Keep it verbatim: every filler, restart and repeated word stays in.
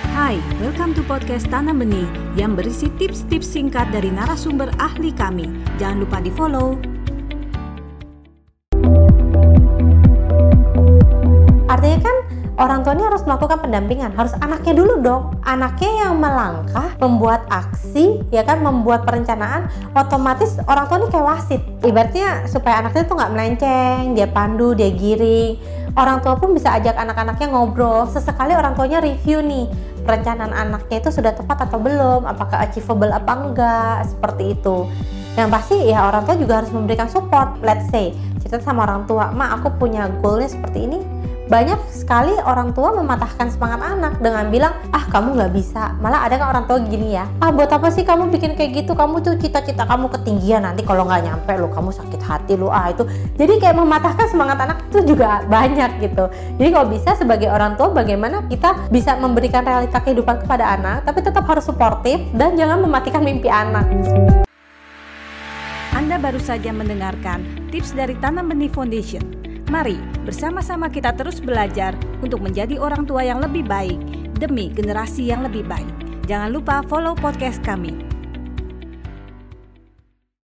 Hai, welcome to podcast Tanam Benih yang berisi tips-tips singkat dari narasumber ahli kami. Jangan lupa di-follow. Artinya kan orang tua ini harus melakukan pendampingan, harus anaknya dulu dong. Anaknya yang melangkah, membuat aksi, ya kan, membuat perencanaan, otomatis orang tua ini kayak wasit. Ibaratnya supaya anaknya tuh nggak melenceng, dia pandu, dia giring. Orang tua pun bisa ajak anak-anaknya ngobrol, sesekali orang tuanya review nih, perencanaan anaknya itu sudah tepat atau belum, apakah achievable apa enggak, seperti itu. Yang pasti ya orang tua juga harus memberikan support. Let's say, cerita sama orang tua, "Ma, aku punya goalnya seperti ini." Banyak sekali orang tua mematahkan semangat anak dengan bilang, "Ah, kamu nggak bisa." Malah ada kan orang tua gini ya, "Ah, buat apa sih kamu bikin kayak gitu? Kamu tuh cita-cita kamu ketinggian, nanti kalau nggak nyampe lo kamu sakit hati lo." Ah, itu jadi kayak mematahkan semangat anak itu juga banyak gitu. Jadi kalau bisa sebagai orang tua, bagaimana kita bisa memberikan realita kehidupan kepada anak, tapi tetap harus suportif dan jangan mematikan mimpi anak. Anda baru saja mendengarkan tips dari Tanam Benih Foundation. Mari bersama-sama kita terus belajar untuk menjadi orang tua yang lebih baik demi generasi yang lebih baik. Jangan lupa follow podcast kami.